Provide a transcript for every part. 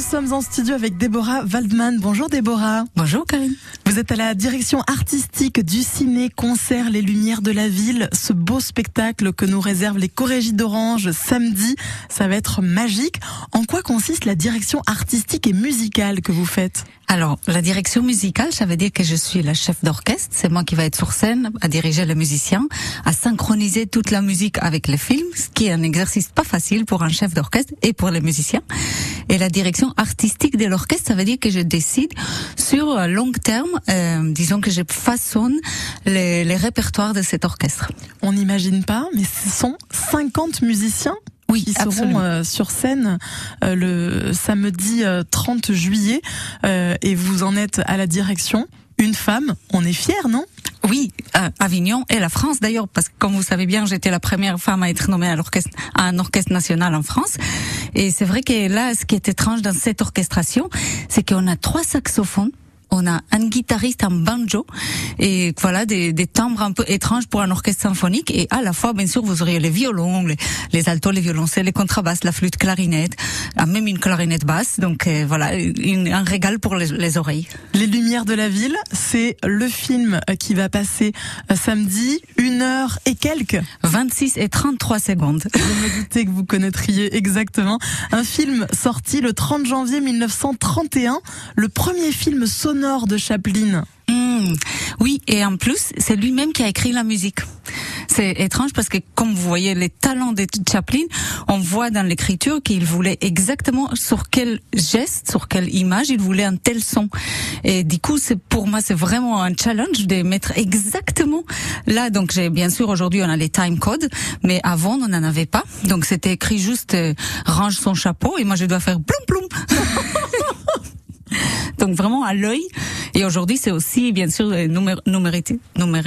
sommes en studio avec Déborah Waldman. Bonjour Déborah. Bonjour Karine. Vous êtes à la direction artistique du ciné-concert Les Lumières de la Ville. Ce beau spectacle que nous réservent les Chorégies d'Orange samedi, ça va être magique. En quoi consiste la direction artistique et musicale que vous faites ? Alors, la direction musicale, ça veut dire que je suis la chef d'orchestre. C'est moi qui va être sur scène, à diriger les musiciens, à synchroniser toute la musique avec les films, ce qui est un exercice pas facile pour un chef d'orchestre et pour les musiciens. Et la direction artistique de l'orchestre, ça veut dire que je décide sur long terme, disons que je façonne les répertoires de cet orchestre. On n'imagine pas, mais ce sont 50 musiciens qui seront sur scène le samedi 30 juillet et vous en êtes à la direction. Une femme, on est fiers, non ? Oui, Avignon et la France d'ailleurs, parce que comme vous savez bien, j'étais la première femme à être nommée à un orchestre national en France. Et c'est vrai que là, ce qui est étrange dans cette orchestration, c'est qu'on a 3 saxophones. On a un guitariste, un banjo, et voilà des timbres un peu étranges pour un orchestre symphonique. Et à la fois, bien sûr, vous auriez les violons, les altos, les violoncelles, les contrebasses, la flûte, clarinette, même une clarinette basse. Donc voilà, un régal pour les oreilles. Les Lumières de la Ville, c'est le film qui va passer samedi, 1 heure et quelques. 26 et 33 secondes. Je me doutais que vous connaîtriez exactement. Un film sorti le 30 janvier 1931, le premier film sonore de Chaplin. Oui, et en plus, c'est lui-même qui a écrit la musique. C'est étrange parce que comme vous voyez les talents de Chaplin, on voit dans l'écriture qu'il voulait exactement sur quel geste, sur quelle image il voulait un tel son. Et du coup, pour moi, c'est vraiment un challenge de mettre exactement là. Donc, bien sûr, aujourd'hui, on a les time codes, mais avant, on n'en avait pas. Donc, c'était écrit juste range son chapeau et moi, je dois faire ploum ploum. Donc, vraiment à l'œil. Et aujourd'hui, c'est aussi, bien sûr, numérisé.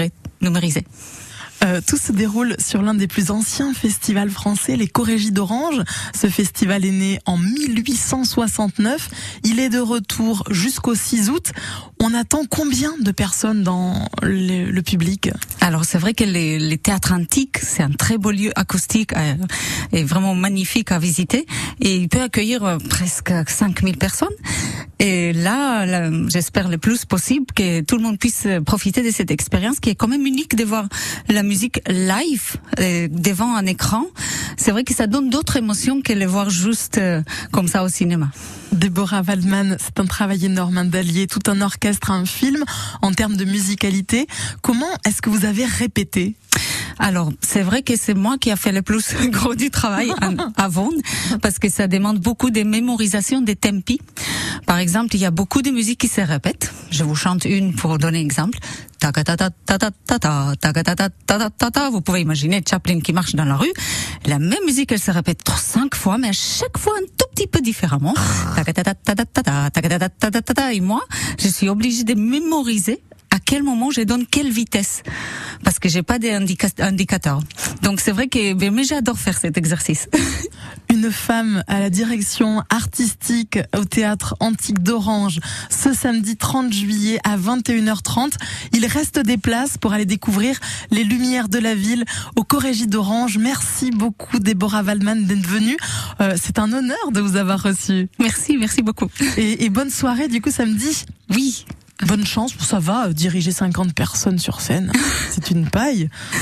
Tout se déroule sur l'un des plus anciens festivals français, les Chorégies d'Orange. Ce festival est né en 1869. Il est de retour jusqu'au 6 août. On attend combien de personnes dans le public ? Alors c'est vrai que les théâtres antiques, c'est un très beau lieu acoustique et vraiment magnifique à visiter. Et il peut accueillir presque 5000 personnes. Et là, j'espère le plus possible que tout le monde puisse profiter de cette expérience qui est quand même unique de voir la musique live devant un écran. C'est vrai que ça donne d'autres émotions que les voir juste comme ça au cinéma. Déborah Waldman, c'est un travail énorme d'allier tout un orchestre à un film en termes de musicalité. Comment est-ce que vous avez répété ? Alors, c'est vrai que c'est moi qui a fait le plus gros du travail avant, parce que ça demande beaucoup de mémorisation des tempi. Par exemple, il y a beaucoup de musiques qui se répètent. Je vous chante une pour donner un exemple. Vous pouvez imaginer Chaplin qui marche dans la rue. La même musique, elle se répète 5 fois, mais à chaque fois un tout petit peu différemment. Et moi, je suis obligée de mémoriser à quel moment je donne quelle vitesse, parce que j'ai pas d'indicateur. Donc c'est vrai que mais j'adore faire cet exercice. Une femme à la direction artistique au théâtre antique d'Orange ce samedi 30 juillet à 21h30. Il reste des places pour aller découvrir les Lumières de la Ville aux Chorégies d'Orange. Merci beaucoup Déborah Waldman d'être venue. C'est un honneur de vous avoir reçu. Merci beaucoup. Et bonne soirée du coup samedi. Oui. Bonne chance, ça va, diriger 50 personnes sur scène, c'est une paille.